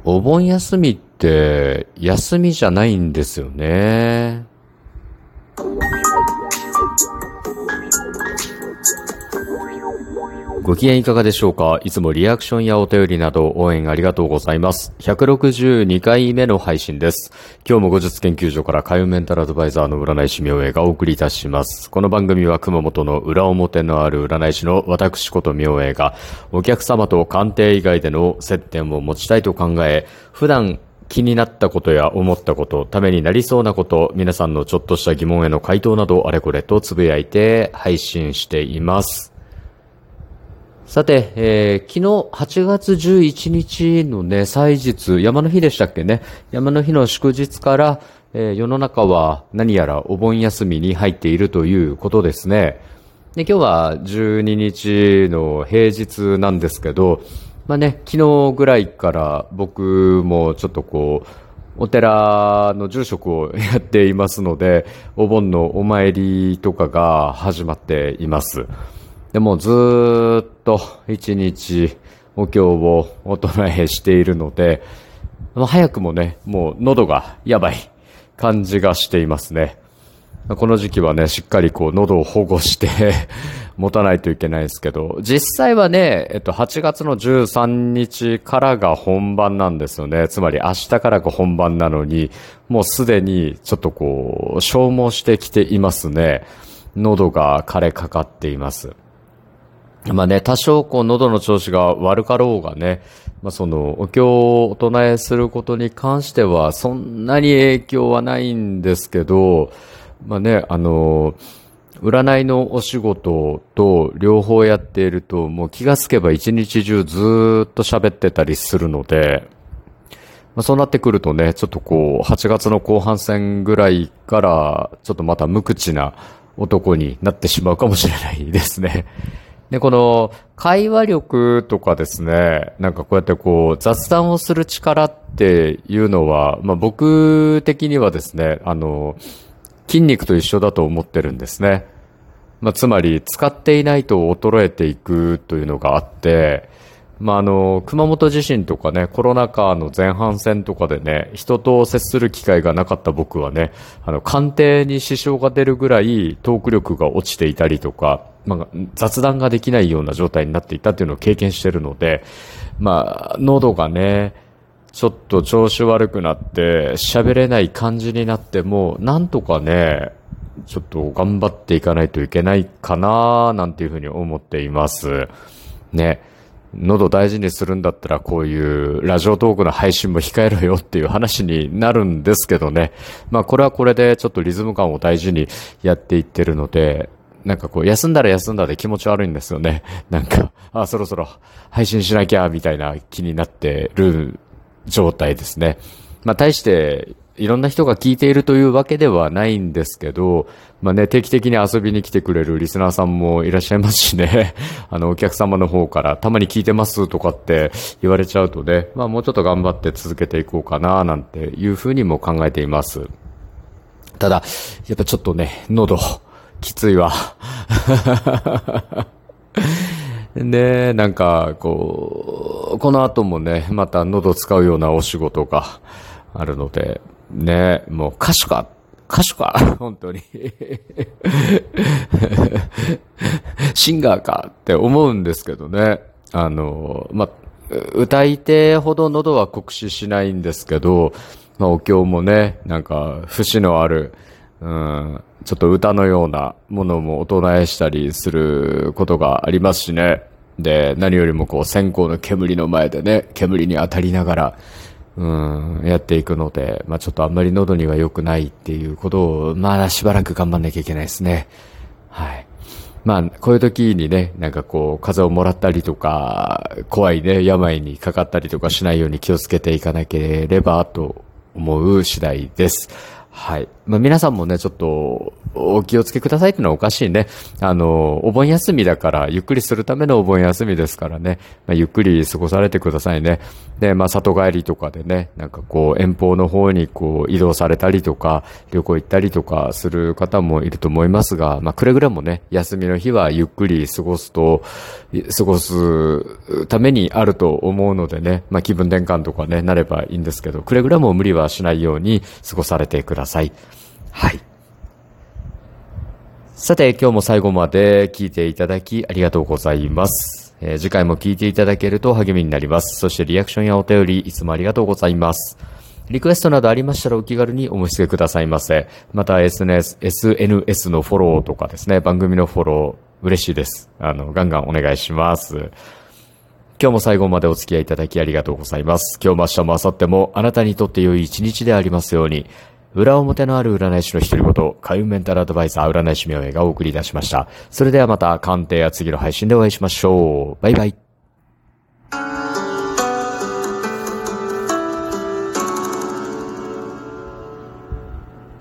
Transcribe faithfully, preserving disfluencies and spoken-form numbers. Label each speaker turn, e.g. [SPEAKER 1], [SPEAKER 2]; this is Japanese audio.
[SPEAKER 1] お盆休みって休みじゃないんですよね。ご機嫌いかがでしょうか。いつもリアクションやお便りなど応援ありがとうございます。ひゃくろくじゅうにかいめの配信です。今日も後日研究所から開運メンタルアドバイザーの占い師明恵がお送りいたします。この番組は熊本の裏表のある占い師の私こと明恵がお客様と鑑定以外での接点を持ちたいと考え、普段気になったことや思ったこと、ためになりそうなこと、皆さんのちょっとした疑問への回答などあれこれとつぶやいて配信しています。さて、えー、昨日はちがつじゅういちにちのね、祭日、山の日でしたっけね。山の日の祝日から、えー、世の中は何やらお盆休みに入っているということですね。で、今日はじゅうににちの平日なんですけど、まあね、昨日ぐらいから僕もちょっとこう、お寺の住職をやっていますので、お盆のお参りとかが始まっています。でもずーっと一日お経をお唱えしているので、早くもね、もう喉がやばい感じがしていますね。この時期はね、しっかりこう喉を保護して持たないといけないですけど、実際はね、えっと、はちがつのじゅうさんにちからが本番なんですよね。つまり明日からが本番なのに、もうすでにちょっとこう、消耗してきていますね。喉が枯れかかっています。まあね、多少こう喉の調子が悪かろうがね、まあそのお経をお唱えすることに関してはそんなに影響はないんですけど、まあね、あの、占いのお仕事と両方やっているともう気がつけば一日中ずーっと喋ってたりするので、まあそうなってくるとね、ちょっとこうはちがつの後半戦ぐらいからちょっとまた無口な男になってしまうかもしれないですね。で、この会話力とかですね、なんかこうやってこう雑談をする力っていうのは、まあ僕的にはですね、あの、筋肉と一緒だと思ってるんですね。まあつまり使っていないと衰えていくというのがあって、まああの、熊本地震とかね、コロナ禍の前半戦とかでね、人と接する機会がなかった僕はね、あの、鑑定に支障が出るぐらいトーク力が落ちていたりとか、まあ、雑談ができないような状態になっていたっていうのを経験しているので、まあ、喉がね、ちょっと調子悪くなって喋れない感じになっても、なんとかね、ちょっと頑張っていかないといけないかななんていうふうに思っています。ね。喉大事にするんだったらこういうラジオトークの配信も控えろよっていう話になるんですけどね。まあこれはこれでちょっとリズム感を大事にやっていってるので、なんかこう休んだら休んだで気持ち悪いんですよね。なんか、あ、そろそろ配信しなきゃみたいな気になってる状態ですね。まあ大していろんな人が聞いているというわけではないんですけど、まあね、定期的に遊びに来てくれるリスナーさんもいらっしゃいますしね、あのお客様の方からたまに聞いてますとかって言われちゃうとね、まあもうちょっと頑張って続けていこうかななんていうふうにも考えています。ただ、やっぱちょっとね、喉、きついわ。ねえ、なんか、こう、この後もね、また喉使うようなお仕事があるので、ねえ、もう歌手か、歌手か、本当に。シンガーかって思うんですけどね。あの、ま、歌い手ほど喉は酷使しないんですけど、まあ、お経もね、なんか、節のある、うん、ちょっと歌のようなものもお唱えしたりすることがありますしね。で、何よりもこう線香の煙の前でね、煙に当たりながら、うん、やっていくので、まあちょっとあんまり喉には良くないっていうことを、まあしばらく頑張んなきゃいけないですね。はい。まあこういう時にね、なんかこう風邪をもらったりとか、怖いね、病にかかったりとかしないように気をつけていかなければと思う次第です。はい。 まあ、皆さんもね、ちょっと、お気をつけくださいってのはおかしいね。あの、お盆休みだから、ゆっくりするためのお盆休みですからね。まあ、ゆっくり過ごされてくださいね。で、まあ、里帰りとかでね、なんかこう、遠方の方にこう、移動されたりとか、旅行行ったりとかする方もいると思いますが、まあ、くれぐれもね、休みの日はゆっくり過ごすと、過ごすためにあると思うのでね、まあ、気分転換とかね、なればいいんですけど、くれぐれも無理はしないように過ごされてください。はい。さて、今日も最後まで聞いていただきありがとうございます。えー、次回も聞いていただけると励みになります。そしてリアクションやお便りいつもありがとうございます。リクエストなどありましたらお気軽にお申し付けくださいませ。また エスエヌエス、エスエヌエス のフォローとかですね、番組のフォロー嬉しいです。あの、ガンガンお願いします。今日も最後までお付き合いいただきありがとうございます。今日も明日も明後日もあなたにとって良い一日でありますように。裏表のある占い師の独り言、開運メンタルアドバイザー占い師明恵がお送りいたしました。それではまた鑑定や次の配信でお会いしましょう。バイバイ。